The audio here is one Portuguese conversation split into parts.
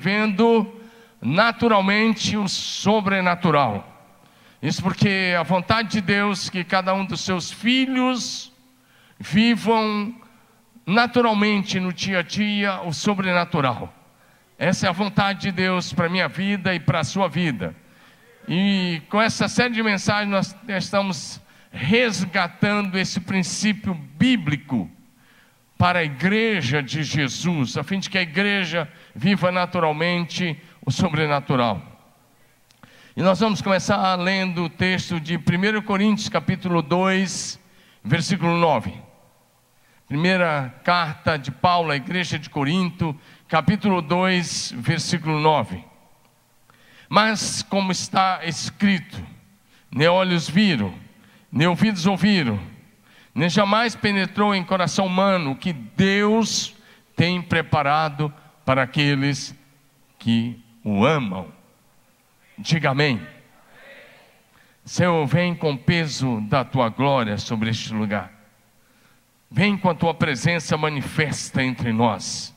vivendo naturalmente o sobrenatural. Isso porque a vontade de Deus é que cada um dos seus filhos vivam naturalmente no dia a dia o sobrenatural. Essa é a vontade de Deus para a minha vida e para a sua vida. E com essa série de mensagens nós estamos resgatando esse princípio bíblico para a igreja de Jesus, a fim de que a igreja viva naturalmente o sobrenatural. E nós vamos começar lendo o texto de 1 Coríntios capítulo 2, versículo 9. Primeira carta de Paulo à igreja de Corinto, capítulo 2, versículo 9. Mas como está escrito, nem olhos viram, nem ouvidos ouviram, nem jamais penetrou em coração humano o que Deus tem preparado para aqueles que o amam. Diga amém. Senhor, vem com o peso da tua glória sobre este lugar. Vem com a tua presença manifesta entre nós.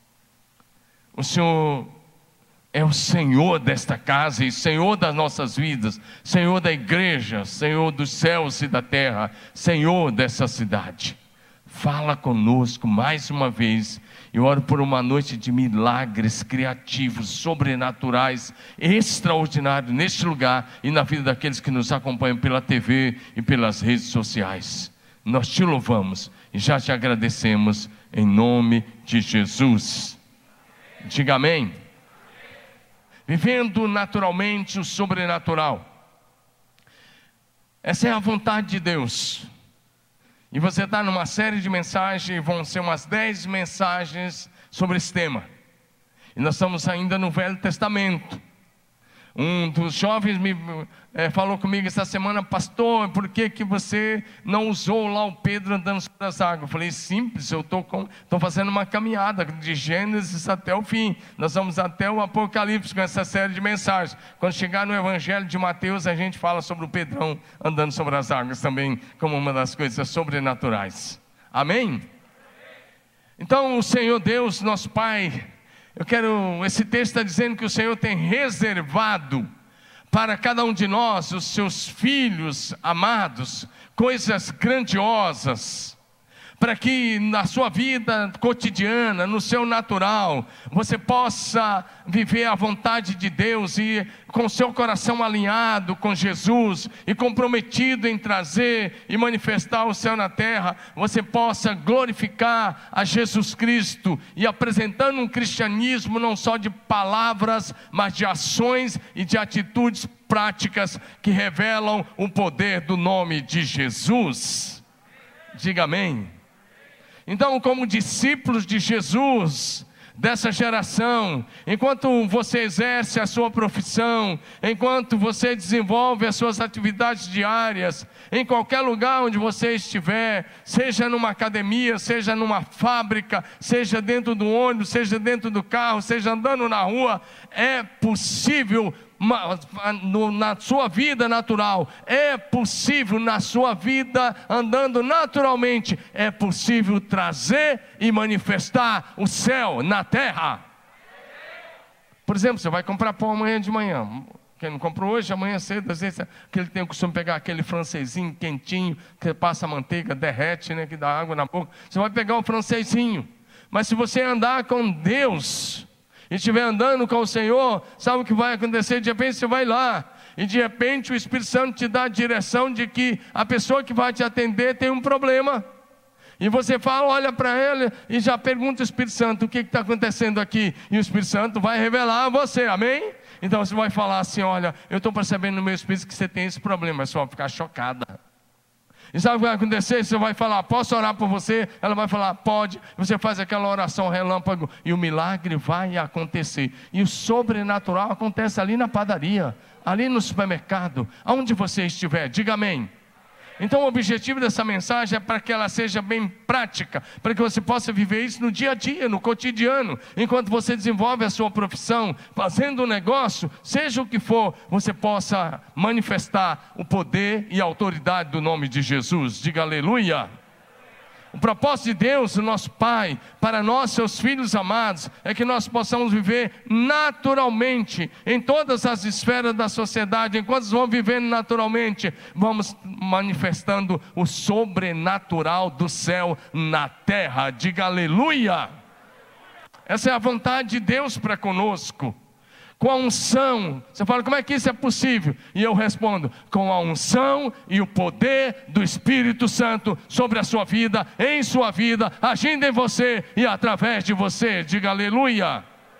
O Senhor é o Senhor desta casa e Senhor das nossas vidas, Senhor da igreja, Senhor dos céus e da terra, Senhor dessa cidade. Fala conosco mais uma vez. Eu oro por uma noite de milagres criativos, sobrenaturais, extraordinários neste lugar e na vida daqueles que nos acompanham pela TV e pelas redes sociais. Nós te louvamos e já te agradecemos em nome de Jesus. Diga amém. Vivendo naturalmente o sobrenatural. Essa é a vontade de Deus. E você está numa série de mensagens, vão ser umas 10 mensagens sobre esse tema. E nós estamos ainda no Velho Testamento. Um dos jovens falou comigo essa semana: pastor, por que você não usou lá o Pedro andando sobre as águas? Eu falei: simples, eu estou fazendo uma caminhada de Gênesis até o fim. Nós vamos até o Apocalipse com essa série de mensagens. Quando chegar no Evangelho de Mateus, a gente fala sobre o Pedrão andando sobre as águas também, como uma das coisas sobrenaturais. Amém? Então o Senhor Deus, nosso Pai, esse texto está dizendo que o Senhor tem reservado para cada um de nós, os seus filhos amados, coisas grandiosas, para que na sua vida cotidiana, no seu natural, você possa viver a vontade de Deus e com o seu coração alinhado com Jesus e comprometido em trazer e manifestar o céu na terra, você possa glorificar a Jesus Cristo e apresentando um cristianismo não só de palavras, mas de ações e de atitudes práticas que revelam o poder do nome de Jesus. Diga amém. Então, como discípulos de Jesus, dessa geração, enquanto você exerce a sua profissão, enquanto você desenvolve as suas atividades diárias, em qualquer lugar onde você estiver, seja numa academia, seja numa fábrica, seja dentro do ônibus, seja dentro do carro, seja andando na rua, é possível na sua vida natural, é possível na sua vida andando naturalmente, é possível trazer e manifestar o céu na terra. Por exemplo, você vai comprar pão amanhã de manhã. Quem não comprou hoje, amanhã cedo, às vezes que ele tem o costume de pegar aquele francesinho quentinho, que passa a manteiga, derrete, né, que dá água na boca. Você vai pegar um francesinho. Mas se você andar com Deus e estiver andando com o Senhor, sabe o que vai acontecer? De repente você vai lá e de repente o Espírito Santo te dá a direção de que a pessoa que vai te atender tem um problema. E você fala, olha para ele e já pergunta ao Espírito Santo: o que está acontecendo aqui? E o Espírito Santo vai revelar a você, amém? Então você vai falar assim: olha, eu estou percebendo no meu espírito que você tem esse problema. A pessoa vai ficar chocada. E sabe o que vai acontecer? Você vai falar: posso orar por você? Ela vai falar: pode. Você faz aquela oração relâmpago e o milagre vai acontecer. E o sobrenatural acontece ali na padaria, ali no supermercado, aonde você estiver. Diga amém. Então o objetivo dessa mensagem é para que ela seja bem prática, para que você possa viver isso no dia a dia, no cotidiano, enquanto você desenvolve a sua profissão, fazendo um negócio, seja o que for, você possa manifestar o poder e a autoridade do nome de Jesus. Diga aleluia. O propósito de Deus, o nosso Pai, para nós, seus filhos amados, é que nós possamos viver naturalmente, em todas as esferas da sociedade. Enquanto vamos vivendo naturalmente, vamos manifestando o sobrenatural do céu na terra. Diga aleluia! Essa é a vontade de Deus para conosco. Com a unção, você fala, como é que isso é possível? E eu respondo, com a unção e o poder do Espírito Santo sobre a sua vida, em sua vida, agindo em você e através de você. Diga aleluia.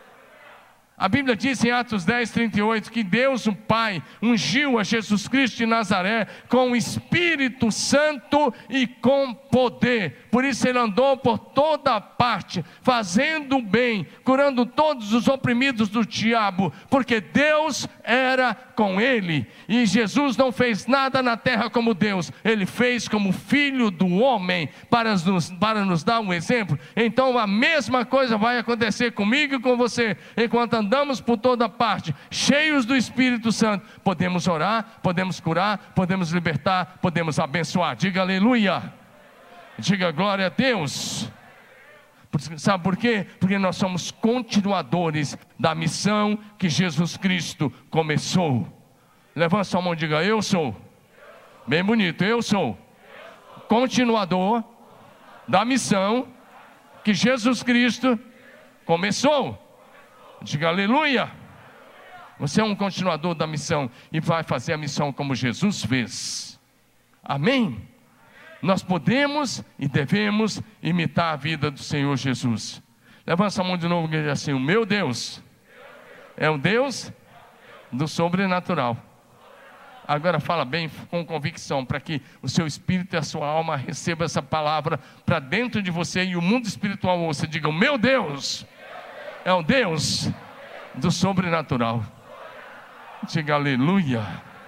A Bíblia diz em Atos 10, 38, que Deus, o Pai, ungiu a Jesus Cristo de Nazaré com o Espírito Santo e com poder. Por isso ele andou por toda parte, fazendo o bem, curando todos os oprimidos do diabo, porque Deus era com ele. E Jesus não fez nada na terra como Deus, ele fez como Filho do homem, para nos dar um exemplo. Então a mesma coisa vai acontecer comigo e com você, enquanto andamos por toda parte, cheios do Espírito Santo. Podemos orar, podemos curar, podemos libertar, podemos abençoar. Diga aleluia. Diga glória a Deus. Sabe por quê? Porque nós somos continuadores da missão que Jesus Cristo começou. Levanta sua mão e diga, eu sou. Bem bonito, eu sou continuador da missão que Jesus Cristo começou. Diga aleluia. Você é um continuador da missão e vai fazer a missão como Jesus fez. Amém? Nós podemos e devemos imitar a vida do Senhor Jesus. Levanta a mão de novo e diz assim, o meu Deus é um Deus do sobrenatural. Agora fala bem com convicção, para que o seu espírito e a sua alma recebam essa palavra para dentro de você e o mundo espiritual ouça. Diga, o meu Deus é um Deus do sobrenatural. Diga aleluia.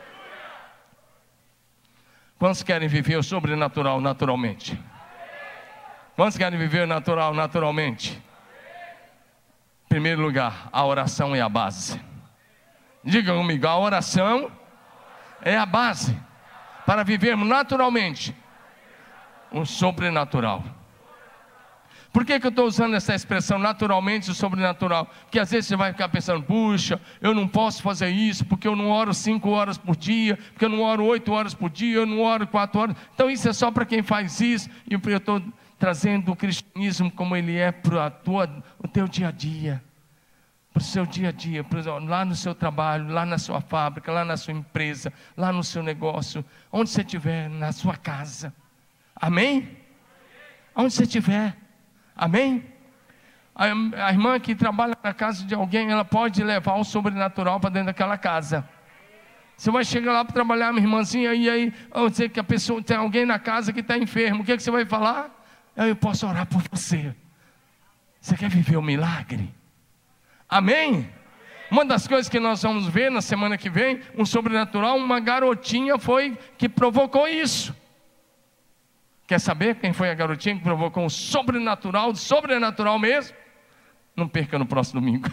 Quantos querem viver o sobrenatural naturalmente? Quantos querem viver o natural naturalmente? Em primeiro lugar, a oração é a base. Diga comigo, a oração é a base para vivermos naturalmente o sobrenatural. Por que eu estou usando essa expressão naturalmente e sobrenatural? Porque às vezes você vai ficar pensando, puxa, eu não posso fazer isso, porque eu não oro 5 horas por dia, porque eu não oro 8 horas por dia, eu não oro 4 horas. Então isso é só para quem faz isso. E eu estou trazendo o cristianismo como ele é para o teu dia a dia. Para o seu dia a dia, lá no seu trabalho, lá na sua fábrica, lá na sua empresa, lá no seu negócio, onde você estiver, na sua casa. Amém? Onde você estiver. Amém? A irmã que trabalha na casa de alguém, ela pode levar o sobrenatural para dentro daquela casa. Você vai chegar lá para trabalhar, minha irmãzinha, e aí, vamos dizer que a pessoa, tem alguém na casa que está enfermo, o que você vai falar? Eu posso orar por você. Você quer viver o milagre? Amém? Uma das coisas que nós vamos ver na semana que vem, um sobrenatural, uma garotinha foi que provocou isso. Quer saber quem foi a garotinha que provocou o sobrenatural mesmo? Não perca no próximo domingo.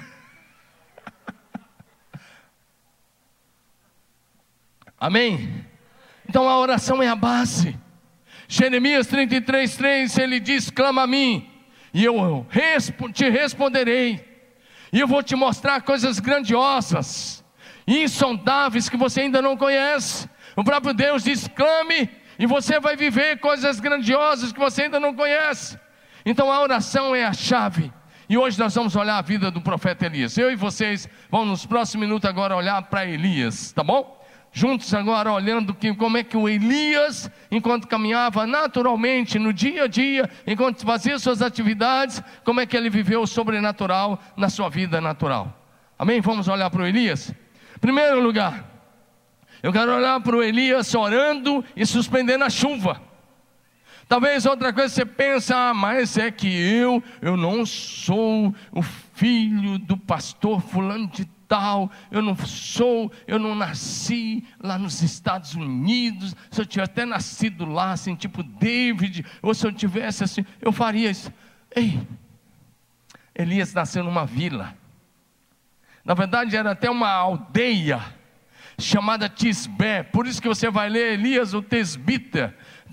Amém? Então a oração é a base. Jeremias 33:3, ele diz, clama a mim, e eu te responderei. E eu vou te mostrar coisas grandiosas, insondáveis, que você ainda não conhece. O próprio Deus diz, clame, e você vai viver coisas grandiosas que você ainda não conhece. Então a oração é a chave. E hoje nós vamos olhar a vida do profeta Elias. Eu e vocês vamos nos próximos minutos agora olhar para Elias, tá bom? Juntos agora olhando como é que o Elias, enquanto caminhava naturalmente no dia a dia, enquanto fazia suas atividades, como é que ele viveu o sobrenatural na sua vida natural. Amém? Vamos olhar para o Elias? Em primeiro lugar, eu quero olhar para o Elias orando e suspendendo a chuva. Talvez outra coisa você pensa, mas é que eu não sou o filho do pastor fulano de tal, eu não nasci lá nos Estados Unidos. Se eu tivesse até nascido lá, assim, tipo David, ou se eu tivesse assim, eu faria isso. Ei, Elias nasceu numa vila. Na verdade era até uma aldeia chamada Tisbé. Por isso que você vai ler Elias o Tesbita.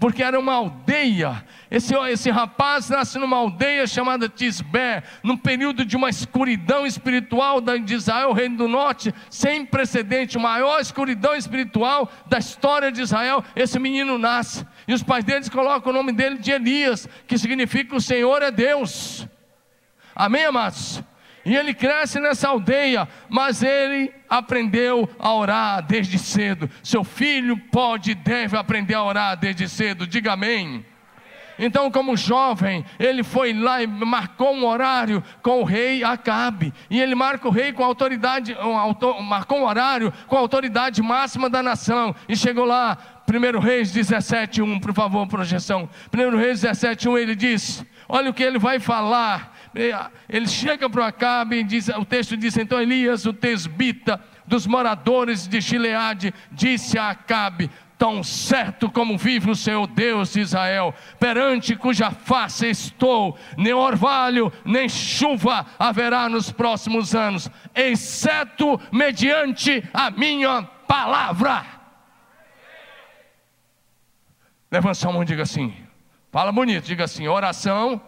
porque era uma aldeia. Esse rapaz nasce numa aldeia chamada Tisbé, num período de uma escuridão espiritual de Israel, reino do norte, sem precedente, maior escuridão espiritual da história de Israel. Esse menino nasce, e os pais deles colocam o nome dele de Elias, que significa o Senhor é Deus. Amém, amados? E ele cresce nessa aldeia, mas ele aprendeu a orar desde cedo. Seu filho pode e deve aprender a orar desde cedo, diga amém. Então, como jovem, ele foi lá e marcou um horário com o rei Acabe. E ele marca o rei com autoridade, marcou um horário com a autoridade máxima da nação. E chegou lá, 1 Reis 17:1, por favor, projeção. 1 Reis 17:1, ele diz: olha o que ele vai falar. Ele chega para o Acabe e diz, o texto diz: então Elias, o tesbita dos moradores de Gileade, disse a Acabe: tão certo como vive o Senhor Deus de Israel, perante cuja face estou, nem orvalho, nem chuva haverá nos próximos anos, exceto mediante a minha palavra. Levanta sua mão e diga assim, fala bonito, diga assim: oração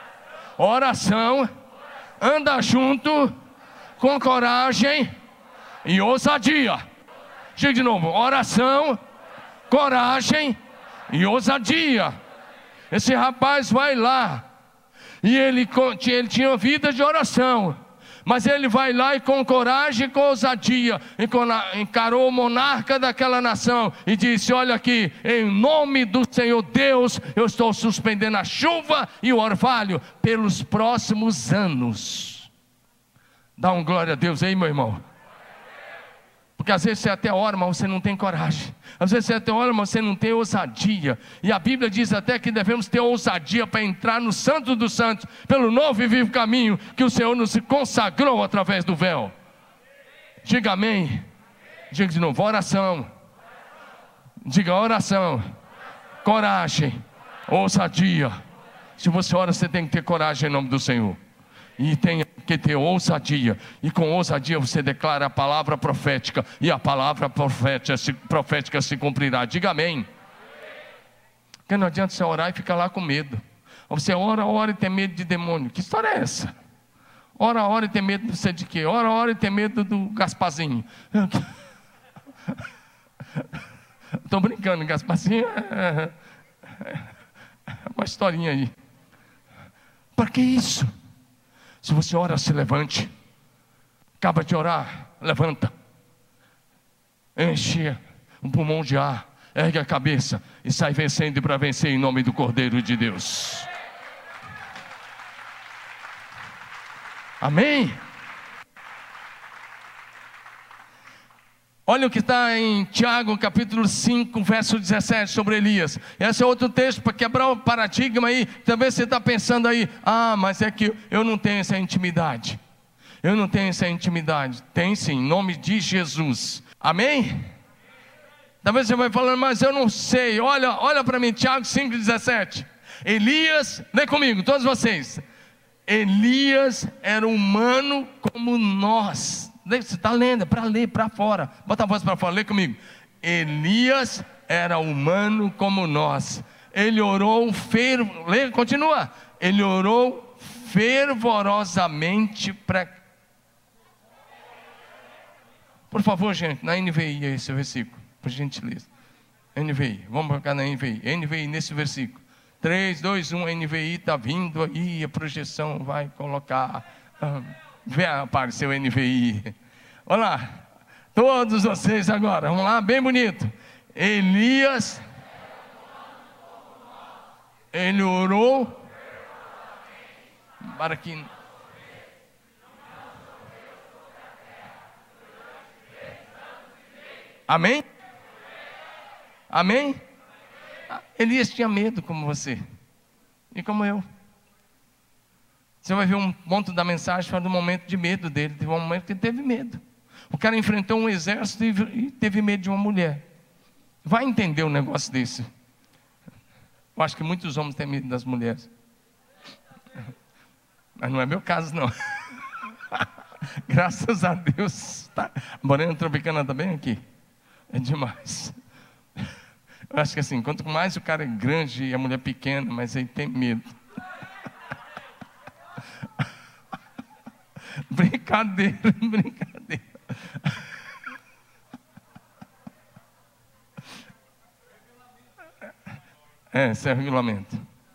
anda junto com coragem e ousadia. Diga de novo: oração, coragem e ousadia. Esse rapaz vai lá, e ele tinha vida de oração, mas ele vai lá e com coragem e com ousadia encarou o monarca daquela nação e disse: olha aqui, em nome do Senhor Deus, eu estou suspendendo a chuva e o orvalho pelos próximos anos. Dá um glória a Deus aí, meu irmão. Porque às vezes você até ora, mas você não tem coragem. Às vezes você até ora, mas você não tem ousadia. E a Bíblia diz até que devemos ter ousadia para entrar no Santo dos Santos, pelo novo e vivo caminho que o Senhor nos consagrou através do véu. Diga amém. Diga de novo: oração. Diga oração, coragem, ousadia. Se você ora, você tem que ter coragem em nome do Senhor. E tem que ter ousadia. E com ousadia você declara a palavra profética, e a palavra profética se cumprirá. Diga amém. Porque não adianta você orar e ficar lá com medo. Você ora e tem medo de demônio. Que história é essa? Ora e tem medo de você de quê? Ora e tem medo do Gasparzinho. Estou brincando, Gasparzinho é uma historinha aí. Para que isso? Se você ora, se levante. Acaba de orar, levanta. Enche um pulmão de ar, ergue a cabeça e sai vencendo para vencer em nome do Cordeiro de Deus. Amém? Olha o que está em Tiago capítulo 5, verso 17, sobre Elias. Esse é outro texto para quebrar o paradigma aí. Talvez você está pensando aí: ah, mas é que eu não tenho essa intimidade. Eu não tenho essa intimidade. Tem sim, em nome de Jesus. Amém? Talvez você vai falando: mas eu não sei. Olha para mim, Tiago 5, 17. Elias, lê comigo, todos vocês. Elias era humano como nós. Você está lendo, é para ler, para fora. Bota a voz para fora, lê comigo. Elias era humano como nós. Ele orou continua. Ele orou fervorosamente para... Por favor, gente, na NVI esse versículo, por gentileza. NVI, vamos colocar na NVI. NVI nesse versículo. 3, 2, 1, NVI está vindo aí, a projeção vai colocar... Vê aparecer o NVI. Olha lá, todos vocês agora, vamos lá, bem bonito. Elias, ele orou para que... Amém? Amém? Elias tinha medo como você e como eu. Você vai ver um ponto da mensagem fala do momento de medo dele. Teve um momento que ele teve medo. O cara enfrentou um exército e teve medo de uma mulher. Vai entender um negócio desse. Eu acho que muitos homens têm medo das mulheres. Mas não é meu caso, não. Graças a Deus. Tá. Morena Tropicana está bem aqui. É demais. Eu acho que assim, quanto mais o cara é grande e a mulher pequena, mas aí tem medo. Brincadeira, brincadeira. Esse é o regulamento.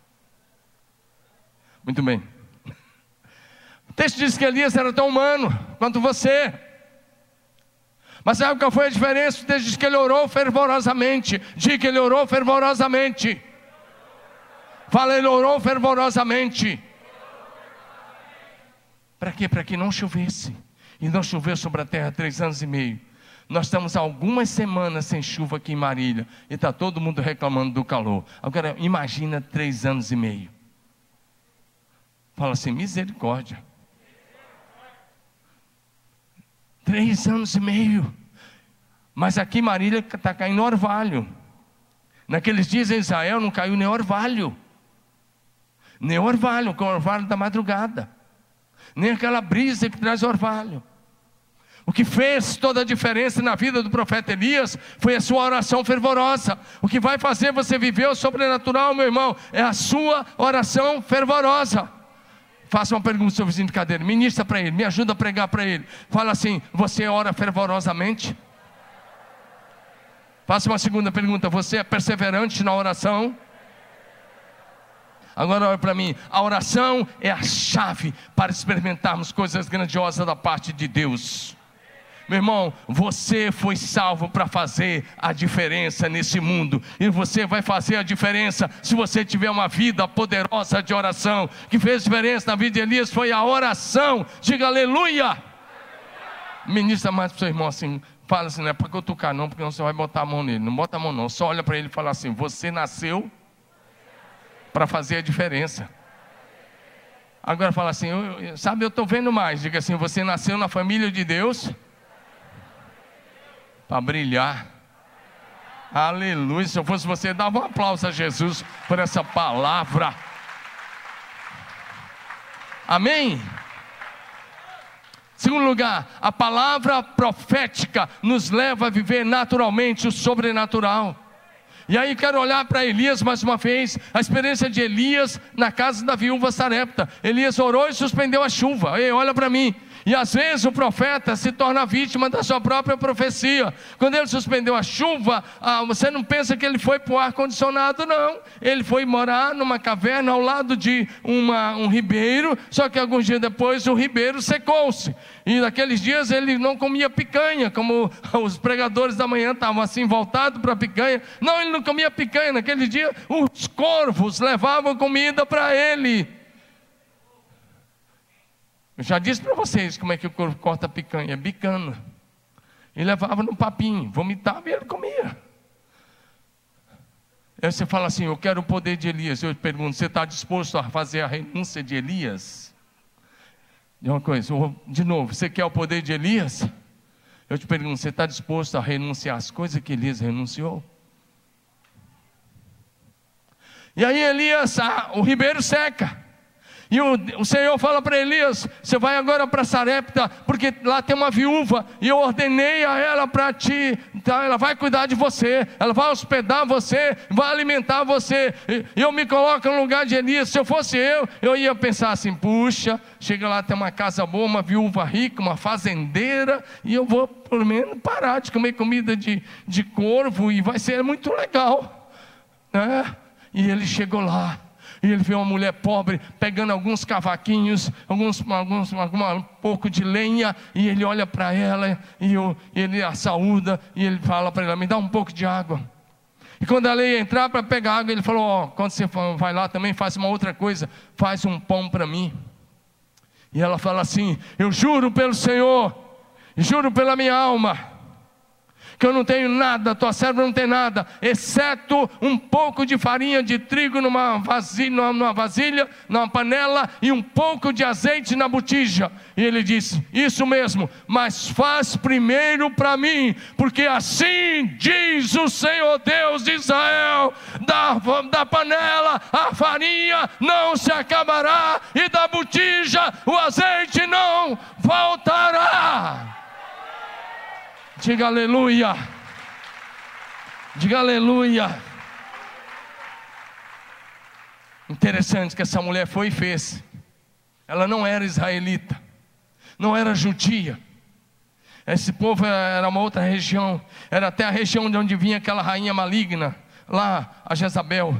Muito bem. O texto diz que Elias era tão humano quanto você. Mas sabe qual foi a diferença? O texto diz que ele orou fervorosamente. Diga que ele orou fervorosamente. Fala, ele orou fervorosamente. Para quê? Para que não chovesse. E não choveu sobre a terra 3 anos e meio. Nós estamos há algumas semanas sem chuva aqui em Marília. E está todo mundo reclamando do calor. Agora imagina 3 anos e meio. Fala assim, misericórdia. 3 anos e meio. Mas aqui em Marília está caindo orvalho. Naqueles dias em Israel não caiu nem orvalho. Nem orvalho, com o orvalho da madrugada. Nem aquela brisa que traz orvalho. O que fez toda a diferença na vida do profeta Elias foi a sua oração fervorosa. O que vai fazer você viver o sobrenatural, meu irmão, é a sua oração fervorosa. Faça uma pergunta ao seu vizinho de cadeira, ministra para ele, me ajuda a pregar para ele. Fala assim, você ora fervorosamente? Faça uma segunda pergunta, você é perseverante na oração? Agora olha para mim, a oração é a chave para experimentarmos coisas grandiosas da parte de Deus. Meu irmão, você foi salvo para fazer a diferença nesse mundo. E você vai fazer a diferença se você tiver uma vida poderosa de oração. O que fez diferença na vida de Elias foi a oração. Diga aleluia. Ministra mais para o seu irmão assim. Fala assim, não é para cutucar não, porque não você vai botar a mão nele. Não bota a mão não, só olha para ele e fala assim, você nasceu para fazer a diferença. Agora fala assim, sabe, eu estou vendo mais. Diga assim, você nasceu na família de Deus para brilhar. Aleluia. Se eu fosse você, dava um aplauso a Jesus por essa palavra. Amém? Segundo lugar, a palavra profética nos leva a viver naturalmente o sobrenatural. E aí quero olhar para Elias mais uma vez, a experiência de Elias na casa da viúva Sarepta. Elias orou e suspendeu a chuva. Ei, olha para mim. E às vezes o profeta se torna vítima da sua própria profecia. Quando ele suspendeu a chuva, você não pensa que ele foi para o ar-condicionado, não. Ele foi morar numa caverna ao lado de um ribeiro, só que alguns dias depois o ribeiro secou-se. E naqueles dias ele não comia picanha, como os pregadores da manhã estavam assim voltados para a picanha. Não, ele não comia picanha. Naquele dia os corvos levavam comida para ele. Eu já disse para vocês como é que o corvo corta a picanha, bicando. Ele levava no papinho, vomitava e ele comia. Aí você fala assim, eu quero o poder de Elias. Eu te pergunto, você está disposto a fazer a renúncia de Elias? De uma coisa, de novo, você quer o poder de Elias? Eu te pergunto, você está disposto a renunciar às coisas que Elias renunciou? E aí Elias, o ribeiro seca. E o Senhor fala para Elias, você vai agora para Sarepta, porque lá tem uma viúva, e eu ordenei a ela para ti, tá? Ela vai cuidar de você, ela vai hospedar você, vai alimentar você. E eu me coloco no lugar de Elias. Se eu fosse eu ia pensar assim, puxa, chega lá, tem uma casa boa, uma viúva rica, uma fazendeira, e eu vou pelo menos parar de comer comida de corvo, e vai ser muito legal, né? E ele chegou lá, e ele vê uma mulher pobre pegando alguns cavaquinhos, um pouco de lenha, e ele olha para ela, e ele a saúda, e ele fala para ela, me dá um pouco de água. E quando ela ia entrar para pegar água, ele falou, quando você vai lá também, faz uma outra coisa, faz um pão para mim. E ela fala assim, eu juro pelo Senhor, juro pela minha alma, que eu não tenho nada, tua serva não tem nada, exceto um pouco de farinha de trigo numa vasilha, numa panela, e um pouco de azeite na botija. E ele disse, isso mesmo, mas faz primeiro para mim, porque assim diz o Senhor Deus de Israel, da panela a farinha não se acabará, e da botija o azeite não faltará. Diga aleluia. Diga aleluia. Interessante que essa mulher foi e fez. Ela não era israelita, não era judia. Esse povo era uma outra região. Era até a região de onde vinha aquela rainha maligna, lá, a Jezabel.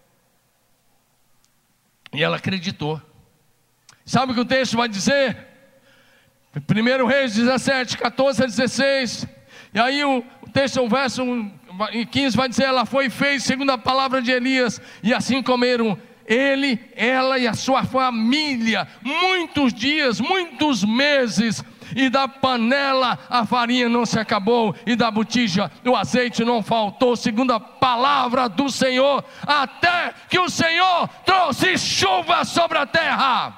E ela acreditou. Sabe o que o texto vai dizer? 1 Reis 17, 14 a 16. E aí o texto, o verso 15 vai dizer: ela foi e fez segundo a palavra de Elias, e assim comeram ele, ela e a sua família muitos dias, muitos meses. E da panela a farinha não se acabou, e da botija o azeite não faltou, segundo a palavra do Senhor, até que o Senhor trouxe chuva sobre a terra.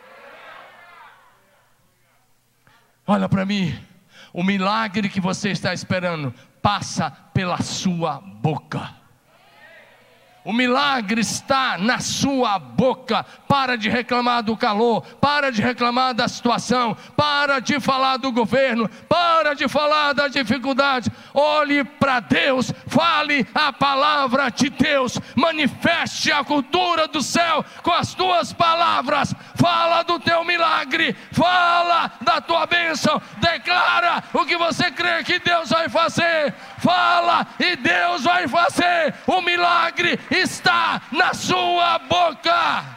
Olha para mim, o milagre que você está esperando passa pela sua boca. O milagre está na sua boca. Para de reclamar do calor, para de reclamar da situação, para de falar do governo, para de falar da dificuldade. Olhe para Deus, fale a palavra de Deus, manifeste a cultura do céu com as tuas palavras. Fala do teu milagre, fala da tua bênção, declara o que você crê que Deus vai fazer. Fala e Deus vai fazer. O milagre está na sua boca.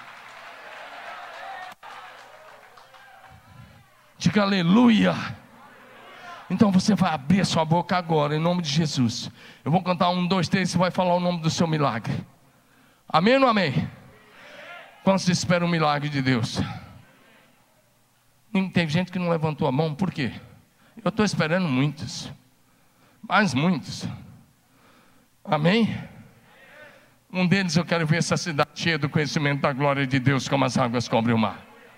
Diga aleluia. Então você vai abrir a sua boca agora, em nome de Jesus. Eu vou contar 1, 2, 3, você vai falar o nome do seu milagre. Amém ou não amém? Quantos esperam o milagre de Deus? Tem gente que não levantou a mão, por quê? Eu estou esperando muitos, mas muitos. Amém? Um deles, eu quero ver essa cidade cheia do conhecimento da glória de Deus, como as águas cobrem o mar.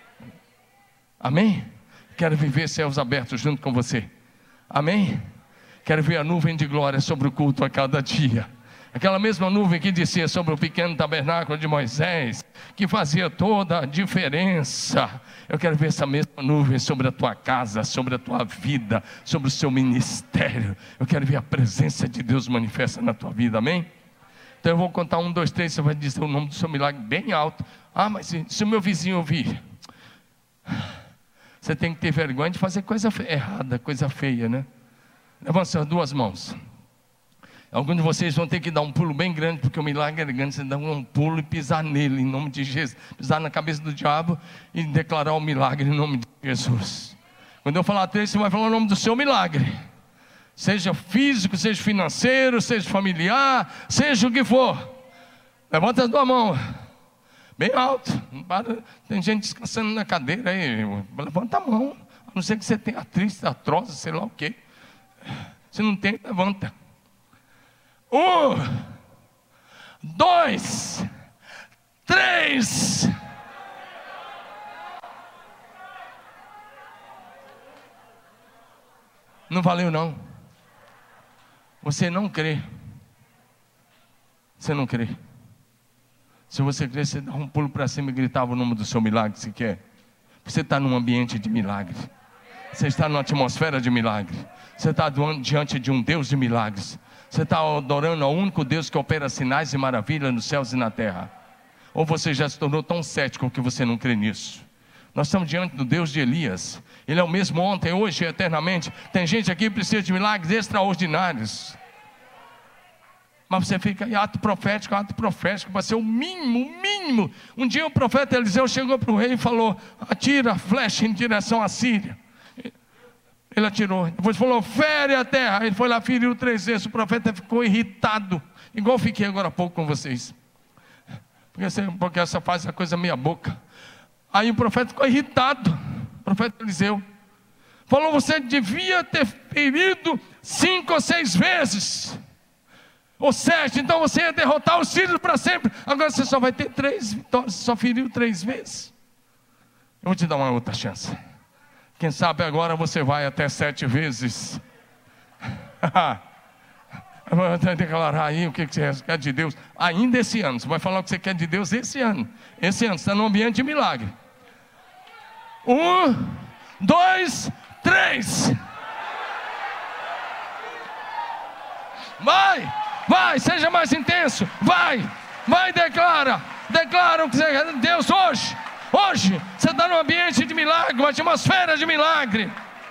Amém? Quero viver céus abertos junto com você. Amém? Quero ver a nuvem de glória sobre o culto a cada dia. Aquela mesma nuvem que descia sobre o pequeno tabernáculo de Moisés, que fazia toda a diferença. Eu quero ver essa mesma nuvem sobre a tua casa, sobre a tua vida, sobre o seu ministério. Eu quero ver a presença de Deus manifesta na tua vida, amém? Então eu vou contar 1, 2, 3, você vai dizer o nome do seu milagre bem alto. Ah, mas se o meu vizinho ouvir, você tem que ter vergonha de fazer coisa errada, coisa feia, né? Levanta suas duas mãos. Alguns de vocês vão ter que dar um pulo bem grande, porque o milagre é grande. Você dá um pulo e pisar nele, em nome de Jesus. Pisar na cabeça do diabo e declarar o milagre em nome de Jesus. Quando eu falar 3, você vai falar o nome do seu milagre. Seja físico, seja financeiro, seja familiar, seja o que for. Levanta a tua mão bem alto. Tem gente descansando na cadeira aí. Levanta a mão. A não ser que você tenha artrose, sei lá o quê. Se não tem, levanta. 1, 2, 3. Não valeu não. Você não crê. Você não crê. Se você crê, você dá um pulo para cima e gritava o nome do seu milagre, se quer. Você está num ambiente de milagre. Você está numa atmosfera de milagre. Você está diante de um Deus de milagres. Você está adorando ao único Deus que opera sinais e maravilhas nos céus e na terra. Ou você já se tornou tão cético que você não crê nisso? Nós estamos diante do Deus de Elias. Ele é o mesmo ontem, hoje e eternamente. Tem gente aqui que precisa de milagres extraordinários. Mas você fica em ato profético vai ser o mínimo. Um dia o profeta Eliseu chegou para o rei e falou: atira a flecha em direção à Síria. Ele atirou, depois falou: fere a terra. Ele foi lá, feriu 3 vezes. O profeta ficou irritado, igual fiquei agora há pouco com vocês, porque essa faz a coisa meia boca. Aí o profeta ficou irritado. O profeta Eliseu falou: você devia ter ferido 5 ou 6 vezes, ou 7, então você ia derrotar os sírios para sempre. Agora você só vai ter 3 vitórias, você só feriu 3 vezes. Eu vou te dar uma outra chance. Quem sabe agora você vai até 7 vezes. Vou declarar aí o que você quer de Deus ainda esse ano. Você vai falar o que você quer de Deus esse ano. Esse ano, você está num ambiente de milagre. 1, 2, 3. Vai! Vai, seja mais intenso. Vai, declara o que você quer. Deus, hoje você está num ambiente de milagre, uma atmosfera de milagre.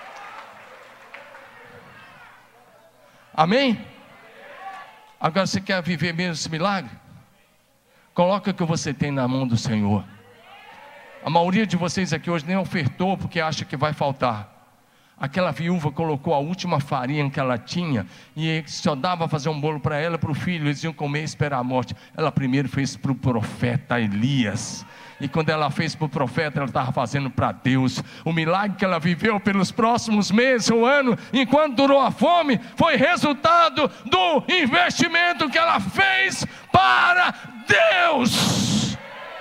Amém? Agora você quer viver mesmo esse milagre? Coloca o que você tem na mão do Senhor. A maioria de vocês aqui hoje nem ofertou porque acha que vai faltar. Aquela viúva colocou a última farinha que ela tinha e só dava fazer um bolo para ela e para o filho. Eles iam comer e esperar a morte. Ela primeiro fez para o profeta Elias. E quando ela fez para o profeta, ela estava fazendo para Deus. O milagre que ela viveu pelos próximos meses ou ano, enquanto durou a fome, foi resultado do investimento que ela fez para Deus.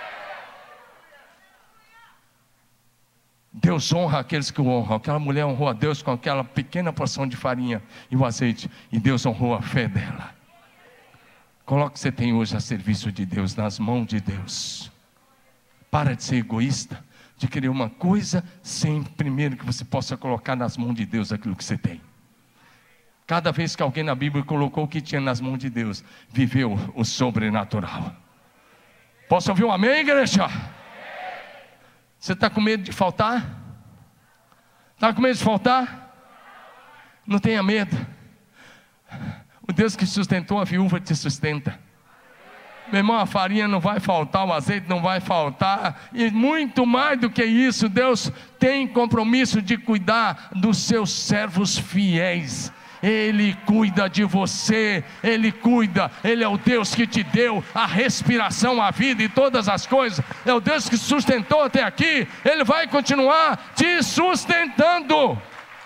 Deus honra aqueles que o honram. Aquela mulher honrou a Deus com aquela pequena porção de farinha e o azeite, e Deus honrou a fé dela. Coloque o que você tem hoje a serviço de Deus, nas mãos de Deus. Para de ser egoísta, de querer uma coisa, sem primeiro que você possa colocar nas mãos de Deus aquilo que você tem. Cada vez que alguém na Bíblia colocou o que tinha nas mãos de Deus, viveu o sobrenatural. Posso ouvir um amém, igreja? Você está com medo de faltar? Está com medo de faltar? Não tenha medo. O Deus que sustentou a viúva te sustenta. Meu irmão, a farinha não vai faltar, o azeite não vai faltar. E muito mais do que isso, Deus tem compromisso de cuidar dos seus servos fiéis. Ele cuida de você, Ele cuida, Ele é o Deus que te deu a respiração, a vida e todas as coisas. É o Deus que sustentou até aqui, Ele vai continuar te sustentando.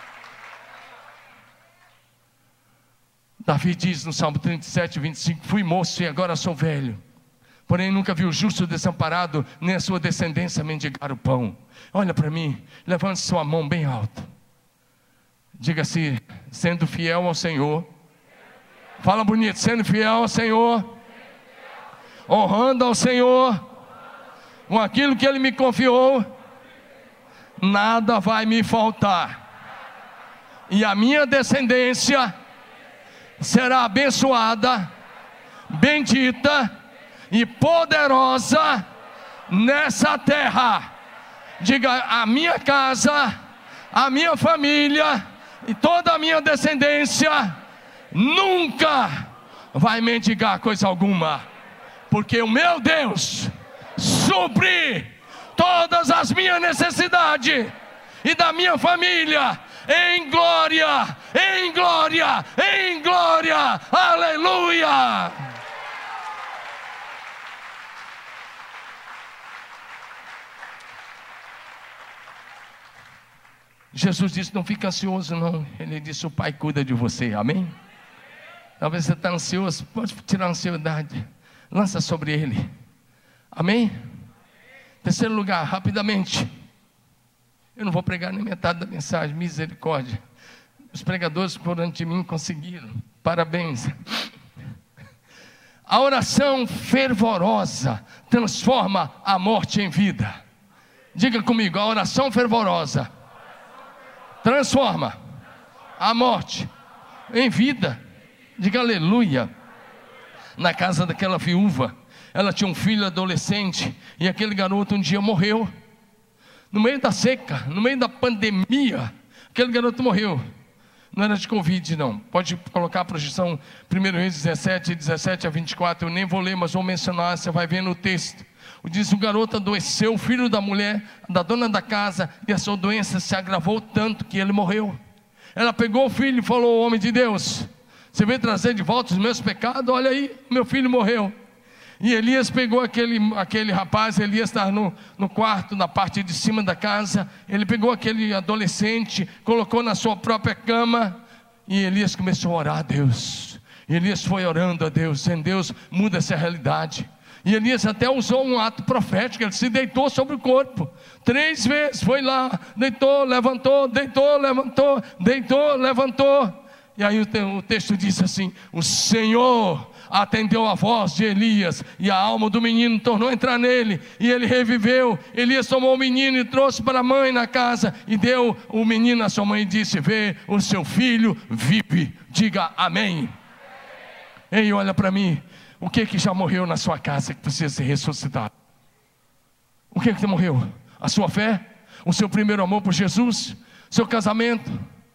Davi diz no Salmo 37, 25: fui moço e agora sou velho, porém nunca vi o justo desamparado, nem a sua descendência mendigar o pão. Olha para mim, levante sua mão bem alto. Diga-se, sendo fiel ao Senhor. Fala bonito, sendo fiel ao Senhor, honrando ao Senhor, com aquilo que Ele me confiou, nada vai me faltar. E a minha descendência será abençoada, bendita e poderosa nessa terra. Diga, a minha casa, a minha família e toda a minha descendência nunca vai mendigar coisa alguma, porque o meu Deus supre todas as minhas necessidades e da minha família, em glória, em glória, em glória, aleluia. Jesus disse, não fica ansioso não. Ele disse, o Pai cuida de você, amém? Talvez você está ansioso, pode tirar a ansiedade, lança sobre Ele, amém? Terceiro lugar, rapidamente. Eu não vou pregar nem metade da mensagem, misericórdia. Os pregadores por antes de mim conseguiram, parabéns. A oração fervorosa transforma a morte em vida. Diga comigo, a oração fervorosa transforma a morte em vida. Diga aleluia. Na casa daquela viúva, ela tinha um filho adolescente, e aquele garoto um dia morreu. No meio da seca, no meio da pandemia, aquele garoto morreu. Não era de Covid não. Pode colocar a projeção 1 Reis 17 a 24. Eu nem vou ler, mas vou mencionar, você vai ver no texto. Diz, o garoto adoeceu, o filho da mulher, da dona da casa, e a sua doença se agravou tanto que ele morreu. Ela pegou o filho e falou, homem de Deus, você veio trazer de volta os meus pecados? Olha aí, meu filho morreu. E Elias pegou aquele rapaz, Elias estava no quarto, na parte de cima da casa. Ele pegou aquele adolescente, colocou na sua própria cama, e Elias começou a orar a Deus. E Elias foi orando a Deus, em Deus muda essa realidade. E Elias até usou um ato profético, ele se deitou sobre o corpo, 3 vezes, foi lá, deitou, levantou, deitou, levantou, deitou, levantou. E aí o texto diz assim, o Senhor atendeu a voz de Elias, e a alma do menino tornou a entrar nele, e ele reviveu. Elias tomou o menino e trouxe para a mãe na casa, e deu o menino à sua mãe e disse, vê, o seu filho vive. Diga amém. Ei, olha para mim. O que já morreu na sua casa que precisa ser ressuscitado? O que morreu? A sua fé? O seu primeiro amor por Jesus? Seu casamento?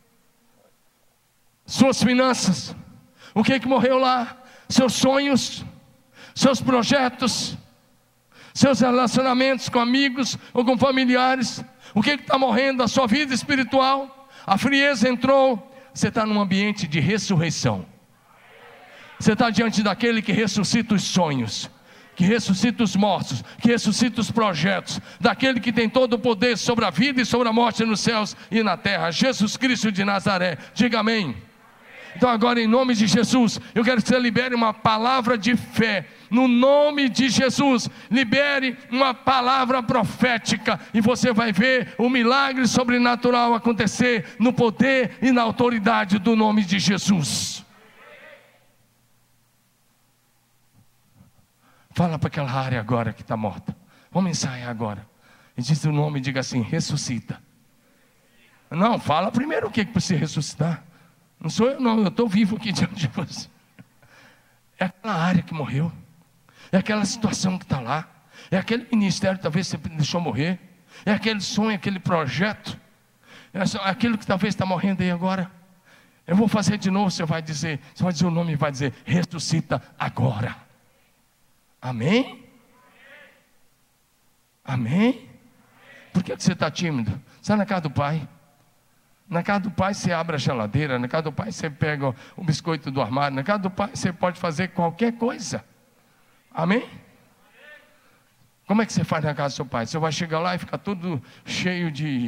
Suas finanças? O que morreu lá? Seus sonhos? Seus projetos? Seus relacionamentos com amigos ou com familiares? O que está morrendo? A sua vida espiritual? A frieza entrou? Você está num ambiente de ressurreição. Você está diante daquele que ressuscita os sonhos, que ressuscita os mortos, que ressuscita os projetos, daquele que tem todo o poder sobre a vida e sobre a morte nos céus e na terra, Jesus Cristo de Nazaré. Diga amém. Então agora, em nome de Jesus, eu quero que você libere uma palavra de fé, no nome de Jesus. Libere uma palavra profética, e você vai ver o milagre sobrenatural acontecer, no poder e na autoridade do nome de Jesus. Fala para aquela área agora que está morta. Vamos ensaiar agora. E diz o nome e diga assim: ressuscita. Não, fala primeiro o que precisa ressuscitar. Não sou eu não, eu estou vivo aqui diante de você. É aquela área que morreu. É aquela situação que está lá. É aquele ministério que talvez você deixou morrer. É aquele sonho, aquele projeto. É aquilo que talvez está morrendo aí agora. Eu vou fazer de novo, você vai dizer o nome e vai dizer: ressuscita agora. Amém? Amém? Por que você está tímido? Está na casa do pai. Na casa do pai você abre a geladeira. Na casa do pai você pega o biscoito do armário. Na casa do pai você pode fazer qualquer coisa. Amém? Como é que você faz na casa do seu pai? Você vai chegar lá e fica todo cheio de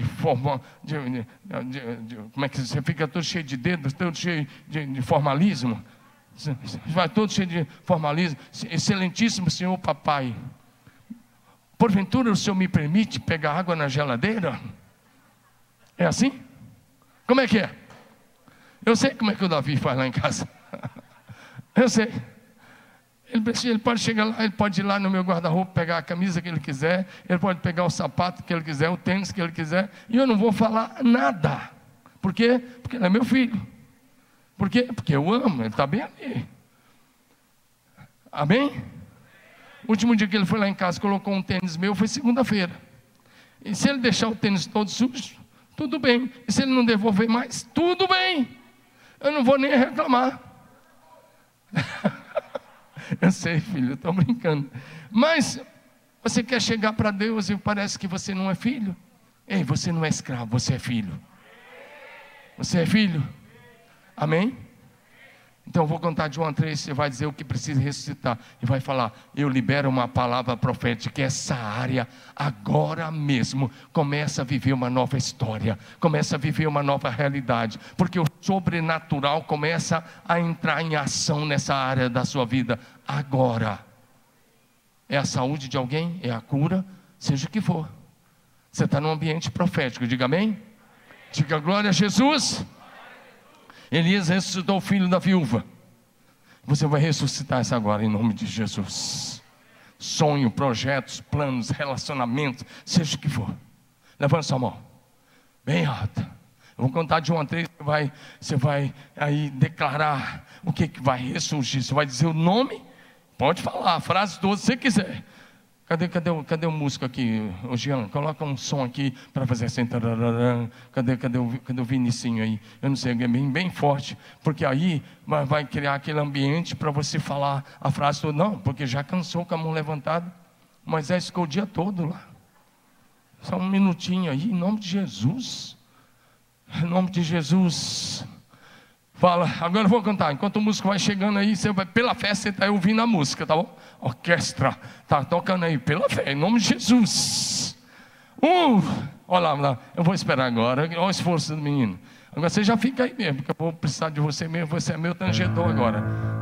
como é que você fica todo cheio de dedos, todo cheio de formalismo. Vai todo cheio de formalismo. Excelentíssimo senhor papai, porventura o senhor me permite pegar água na geladeira? É assim? Como é que é? Eu sei como é que o Davi faz lá em casa. Eu sei. Ele pode chegar lá, ele pode ir lá no meu guarda-roupa, pegar a camisa que ele quiser, ele pode pegar o sapato que ele quiser, o tênis que ele quiser, e eu não vou falar nada. Por quê? Porque ele é meu filho. Por quê? Porque eu amo, ele está bem ali. Amém? O último dia que ele foi lá em casa, colocou um tênis meu, foi segunda-feira. E se ele deixar o tênis todo sujo, tudo bem. E se ele não devolver mais, tudo bem. Eu não vou nem reclamar. Eu sei, filho, eu estou brincando. Mas você quer chegar para Deus e parece que você não é filho. Ei, você não é escravo, você é filho. Você é filho. Amém? Então eu vou contar de 1 a 3, você vai dizer o que precisa ressuscitar. E vai falar: eu libero uma palavra profética, que essa área agora mesmo começa a viver uma nova história, começa a viver uma nova realidade, porque o sobrenatural começa a entrar em ação nessa área da sua vida agora. É a saúde de alguém, é a cura, seja o que for. Você está num ambiente profético, diga amém. Diga glória a Jesus. Elias ressuscitou o filho da viúva. Você vai ressuscitar isso agora em nome de Jesus. Sonho, projetos, planos, relacionamentos, seja o que for. Levanta sua mão bem alta. Eu vou contar de 1 a 3. Você vai aí declarar o que vai ressurgir. Você vai dizer o nome. Pode falar a frase toda se você quiser. Cadê o músico aqui, o Jean? Coloca um som aqui para fazer assim. Cadê o Vinicinho aí? Eu não sei, é bem forte. Porque aí vai criar aquele ambiente para você falar a frase toda. Não, porque já cansou com a mão levantada. Moisés ficou o dia todo lá. Só um minutinho aí, em nome de Jesus. Em nome de Jesus. Fala, agora eu vou cantar. Enquanto o músico vai chegando aí, você vai, pela fé, você está ouvindo a música, tá bom? Orquestra, tá tocando aí, pela fé, em nome de Jesus. Olha lá, eu vou esperar agora. Olha o esforço do menino. Agora você já fica aí mesmo, porque eu vou precisar de você mesmo. Você é meu tangedor agora.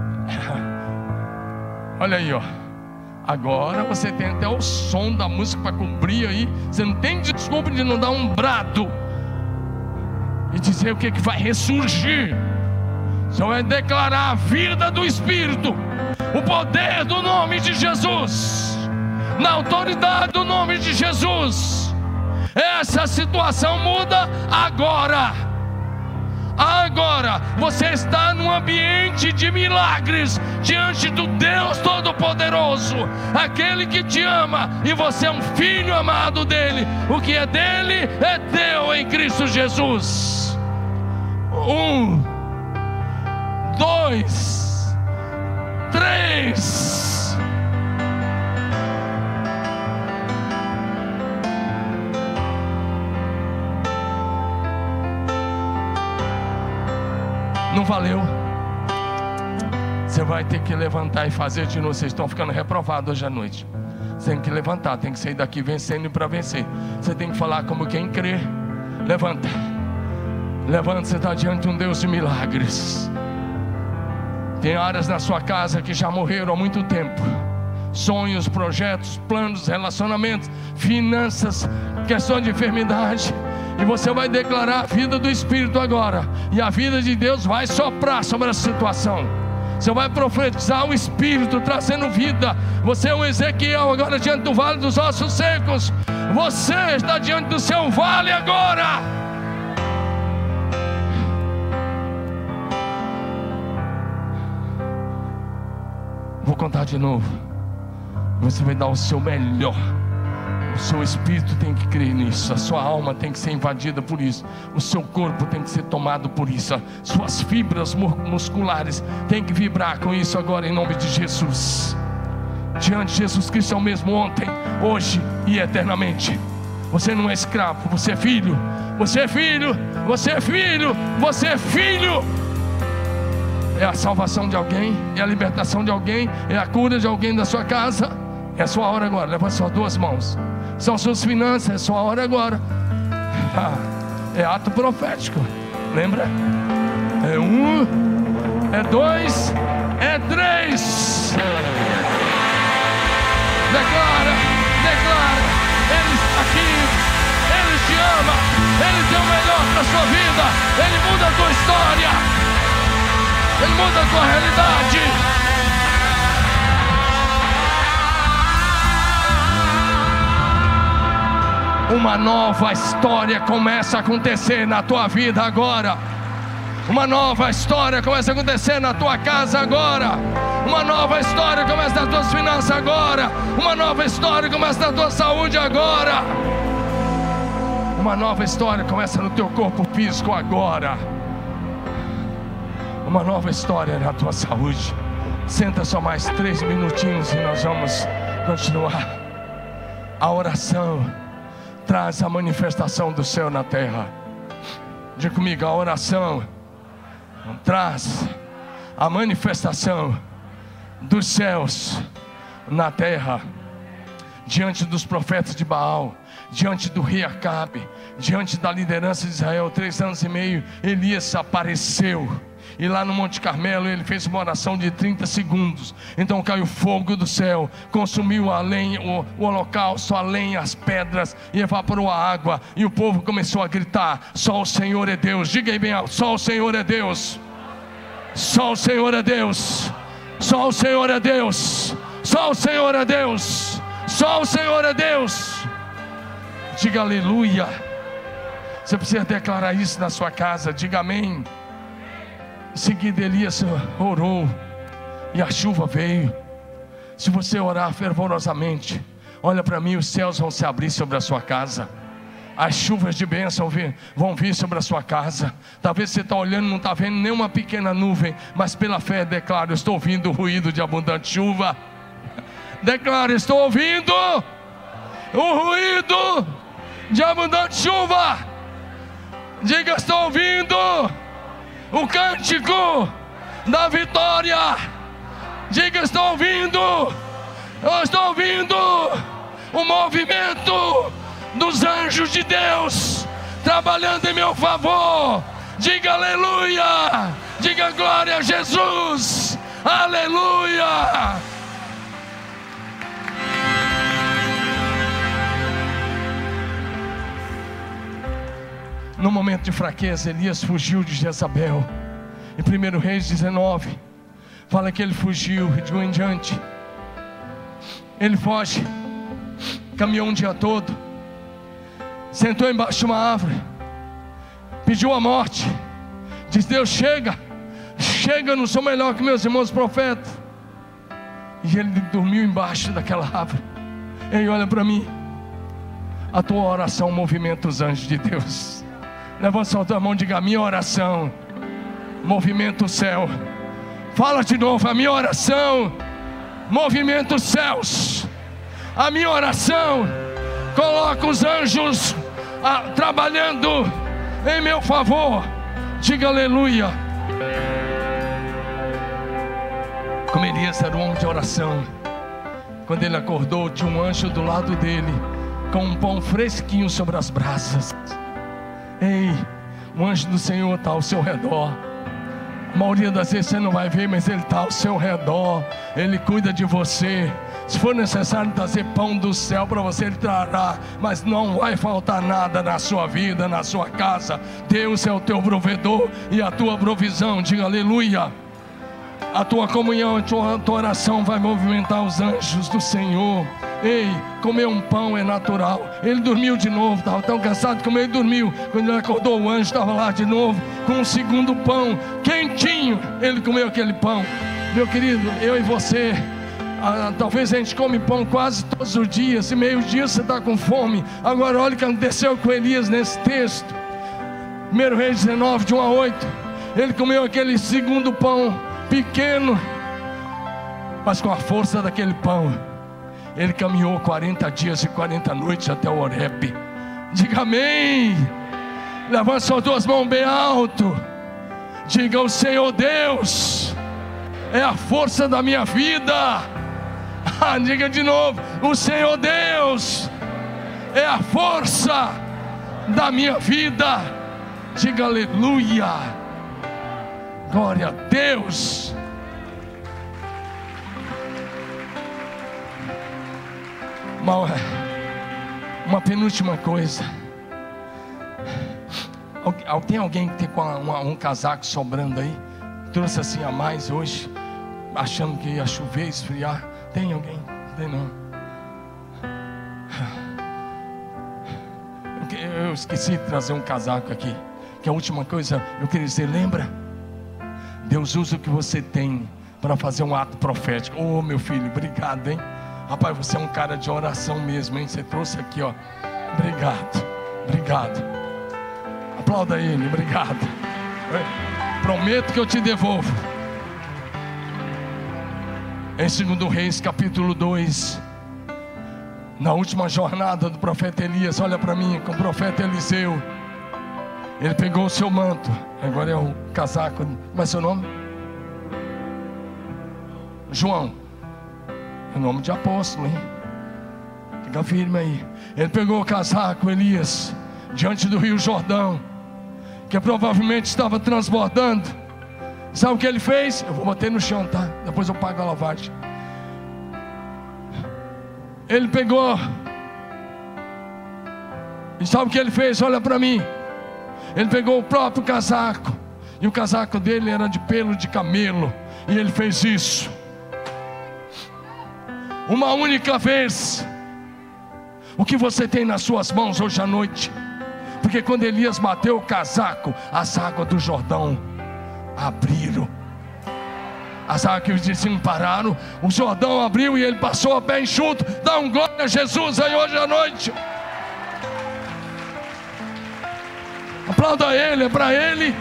Olha aí, ó. Agora você tem até o som da música para cobrir aí. Você não tem desculpa de não dar um brado e dizer o que vai ressurgir. Você vai declarar a vida do Espírito, o poder do nome de Jesus, na autoridade do nome de Jesus. Essa situação muda agora. Agora você está num ambiente de milagres, diante do Deus Todo-Poderoso, aquele que te ama, e você é um filho amado dele. O que é dele é teu em Cristo Jesus. 1, 2, 3. Não valeu. Você vai ter que levantar e fazer de novo. Vocês estão ficando reprovados hoje à noite. Você tem que levantar, tem que sair daqui vencendo e para vencer. Você tem que falar como quem crê. Levanta. Levanta, você está diante de um Deus de milagres. Tem áreas na sua casa que já morreram há muito tempo. Sonhos, projetos, planos, relacionamentos, finanças, questão de enfermidade. E você vai declarar a vida do Espírito agora, e a vida de Deus vai soprar sobre essa situação. Você vai profetizar o Espírito trazendo vida. Você é um Ezequiel agora diante do vale dos ossos secos. Você está diante do seu vale agora. Vou contar de novo. Você vai dar o seu melhor. O seu espírito tem que crer nisso. A sua alma tem que ser invadida por isso. O seu corpo tem que ser tomado por isso. Suas fibras musculares tem que vibrar com isso agora, em nome de Jesus. Diante de Jesus Cristo é o mesmo ontem, hoje e eternamente. Você não é escravo, você é filho. Você é filho, você é filho, você é filho. É a salvação de alguém, é a libertação de alguém, é a cura de alguém da sua casa. É a sua hora agora. Levanta suas duas mãos. São suas finanças, é a sua hora agora. É ato profético. Lembra? É 1, é 2, é 3. Declara, declara. Ele está aqui. Ele te ama. Ele tem o melhor para a sua vida. Ele muda a tua história. Ele muda a tua realidade. Uma nova história começa a acontecer na tua vida agora. Uma nova história começa a acontecer na tua casa agora. Uma nova história começa nas tuas finanças agora. Uma nova história começa na tua saúde agora. Uma nova história começa no teu corpo físico agora. Uma nova história na tua saúde. Senta só mais 3 minutinhos e nós vamos continuar. A oração traz a manifestação do céu na terra. Diga comigo, a oração traz a manifestação dos céus na terra. Diante dos profetas de Baal, diante do rei Acabe, diante da liderança de Israel, 3 anos e meio, Elias apareceu. E lá no Monte Carmelo ele fez uma oração de 30 segundos. Então caiu fogo do céu, consumiu a lenha, o holocausto, a lenha, as pedras, e evaporou a água. E o povo começou a gritar: só o Senhor é Deus. Diga aí bem alto: só o Senhor é Deus. Só o Senhor é Deus. Só o Senhor é Deus. Só o Senhor é Deus. Só o Senhor é Deus. Diga aleluia. Você precisa declarar isso na sua casa. Diga amém. Em seguida Elias orou e a chuva veio. Se você orar fervorosamente, olha para mim, os céus vão se abrir sobre a sua casa. As chuvas de bênção vão vir sobre a sua casa. Talvez você está olhando e não está vendo nenhuma pequena nuvem, mas pela fé declaro: estou ouvindo o ruído de abundante chuva. Declaro: estou ouvindo o ruído de abundante chuva. Diga: estou ouvindo o cântico da vitória. Diga: estou ouvindo. Eu estou ouvindo o movimento dos anjos de Deus trabalhando em meu favor. Diga aleluia. Diga glória a Jesus. Aleluia. No momento de fraqueza, Elias fugiu de Jezabel. Em 1 Reis 19 fala que ele fugiu de um em diante. Ele foge, caminhou um dia todo, sentou embaixo de uma árvore, pediu a morte, Diz: Deus, chega, eu não sou melhor que meus irmãos profetas. E ele dormiu embaixo daquela árvore. Ei, olha para mim. A tua oração movimenta os anjos de Deus. Levanta a tua mão e diga: a minha oração movimenta o céu. Fala de novo: a minha oração movimenta os céus. A minha oração coloca os anjos trabalhando em meu favor. Diga aleluia. Como Elias era um homem de oração, quando ele acordou, tinha um anjo do lado dele, com um pão fresquinho sobre as brasas. Ei, o anjo do Senhor está ao seu redor. A maioria das vezes você não vai ver, mas ele está ao seu redor. Ele cuida de você. Se for necessário trazer pão do céu para você, ele trará. Mas não vai faltar nada na sua vida, na sua casa. Deus é o teu provedor e a tua provisão. Diga aleluia. A tua comunhão, a tua oração vai movimentar os anjos do Senhor. Ei, comer um pão é natural. Ele dormiu de novo, estava tão cansado como ele dormiu. Quando ele acordou, o anjo estava lá de novo, com um segundo pão, quentinho. Ele comeu aquele pão. Meu querido, eu e você, talvez a gente come pão quase todos os dias. E meio-dia você está com fome. Agora olha o que aconteceu com Elias nesse texto. 1 Reis 19, de 1 a 8. Ele comeu aquele segundo pão pequeno, mas com a força daquele pão, ele caminhou 40 dias e 40 noites até o Horebe. Diga amém. Levanta suas duas mãos bem alto. Diga: o Senhor Deus é a força da minha vida. Diga de novo: o Senhor Deus é a força da minha vida. Diga aleluia. Glória a Deus. Uma penúltima coisa. Tem alguém que tem um casaco sobrando aí? Trouxe assim a mais hoje, achando que ia chover, esfriar? Tem alguém? Tem não. Eu esqueci de trazer um casaco aqui. Que a última coisa eu queria dizer: lembra? Deus usa o que você tem para fazer um ato profético. Oh, meu filho, obrigado, hein? Rapaz, você é um cara de oração mesmo, hein? Você trouxe aqui, ó. Obrigado, obrigado. Aplauda ele, obrigado. Prometo que eu te devolvo. Em 2 Reis, capítulo 2, na última jornada do profeta Elias, olha para mim, com o profeta Eliseu. Ele pegou o seu manto. Agora é o casaco. Como é seu nome? João. É nome de apóstolo, hein? Fica firme aí. Ele pegou o casaco, Elias, diante do rio Jordão, que provavelmente estava transbordando. Sabe o que ele fez? Eu vou bater no chão, tá? Depois eu pago a lavagem. Ele pegou. E sabe o que ele fez? Olha para mim. Ele pegou o próprio casaco, e o casaco dele era de pelo de camelo, e ele fez isso uma única vez. O que você tem nas suas mãos hoje à noite? Porque quando Elias bateu o casaco, as águas do Jordão abriram. As águas que os vizinhos pararam, o Jordão abriu e ele passou a pé enxuto. Dá um glória a Jesus aí hoje à noite. Aplauda ele, é para ele.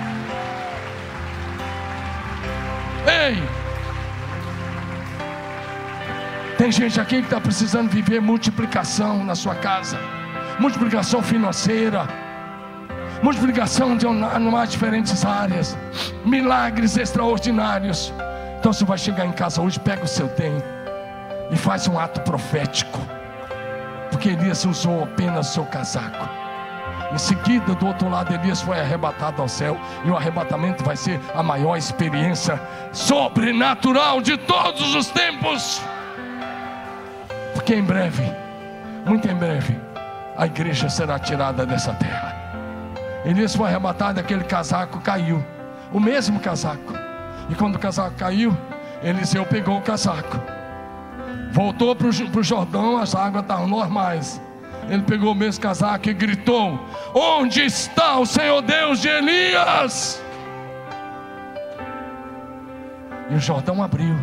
Ei, tem gente aqui que está precisando viver multiplicação na sua casa, multiplicação financeira, multiplicação de mais diferentes áreas, milagres extraordinários. Então você vai chegar em casa hoje, pega o seu tempo e faz um ato profético, porque Elias usou apenas o seu casaco. Em seguida, do outro lado, Elias foi arrebatado ao céu. E o arrebatamento vai ser a maior experiência sobrenatural de todos os tempos. Porque em breve, muito em breve, a igreja será tirada dessa terra. Elias foi arrebatado, aquele casaco caiu, o mesmo casaco. E quando o casaco caiu, Eliseu pegou o casaco, voltou para o Jordão, as águas estavam normais. Ele pegou o mesmo casaco e gritou: onde está o Senhor Deus de Elias? E o Jordão abriu.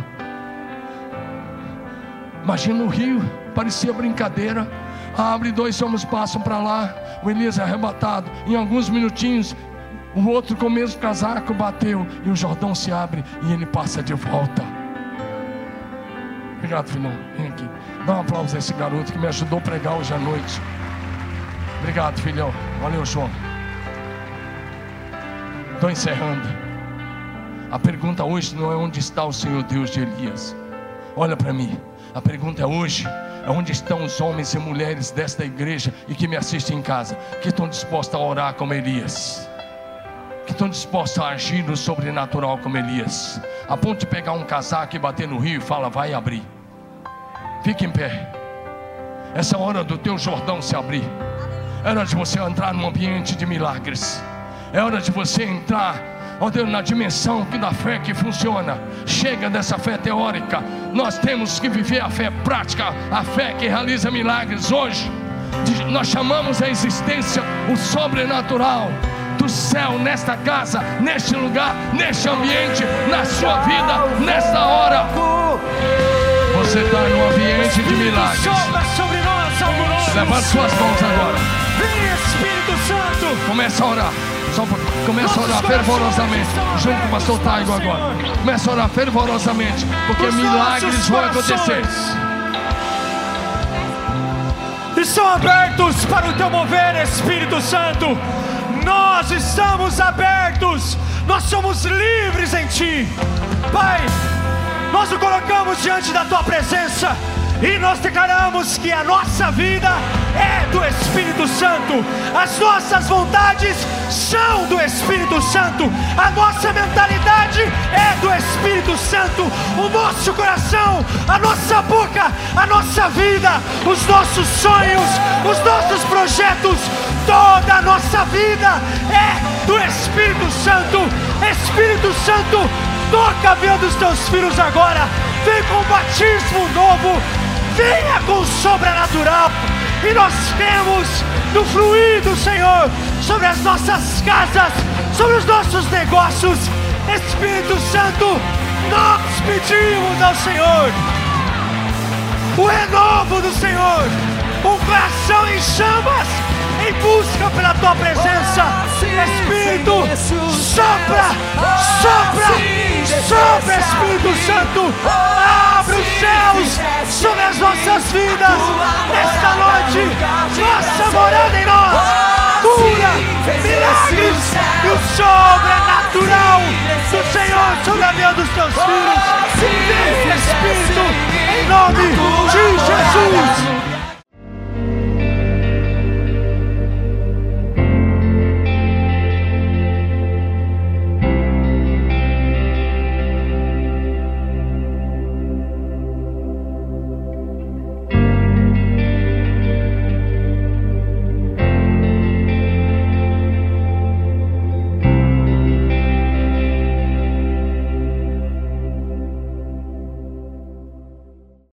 Imagina o rio, parecia brincadeira. Abre, 2 homens passam para lá. O Elias é arrebatado. Em alguns minutinhos, o outro com o mesmo casaco bateu. E o Jordão se abre e ele passa de volta. Obrigado, filhão. Vem aqui. Dá um aplauso a esse garoto que me ajudou a pregar hoje à noite. Obrigado, filhão. Valeu, João. Estou encerrando. A pergunta hoje não é onde está o Senhor Deus de Elias. Olha para mim. A pergunta é hoje: é onde estão os homens e mulheres desta igreja e que me assistem em casa, que estão dispostos a orar como Elias, que estão dispostos a agir no sobrenatural como Elias, a ponto de pegar um casaco e bater no rio e falar: vai abrir. Fique em pé. Essa é a hora do teu Jordão se abrir. É hora de você entrar num ambiente de milagres. É hora de você entrar, ó Deus, na dimensão da fé que funciona. Chega dessa fé teórica. Nós temos que viver a fé prática, a fé que realiza milagres. Hoje nós chamamos a existência o sobrenatural do céu nesta casa, neste lugar, neste ambiente, na sua vida, nesta hora. Você está num ambiente de milagres. Levante suas mãos agora. Vem, Espírito Santo. Começa a orar. Começa a orar fervorosamente. Junto com o pastor Taigo agora. Começa a orar fervorosamente, porque milagres vão acontecer. Estão abertos para o teu mover, Espírito Santo. Nós estamos abertos. Nós somos livres em Ti, Pai. Nós o colocamos diante da Tua presença e nós declaramos que a nossa vida é do Espírito Santo. As nossas vontades são do Espírito Santo. A nossa mentalidade é do Espírito Santo. O nosso coração, a nossa boca, a nossa vida, os nossos sonhos, os nossos projetos, toda a nossa vida é do Espírito Santo. Espírito Santo, toca a vida dos teus filhos agora. Vem com um batismo novo. Venha com o sobrenatural. E nós temos no fluir do Senhor sobre as nossas casas, sobre os nossos negócios. Espírito Santo, nós pedimos ao Senhor o renovo do Senhor, um coração em chamas, em busca pela Tua presença. Espírito, sopra, sopra, sopra, Espírito Santo. Abre os céus sobre as nossas vidas nesta noite. Faça morada em nós, cura, milagres e o sobrenatural do Senhor sobre a vida dos Teus filhos. Vem, Espírito, em nome de Jesus.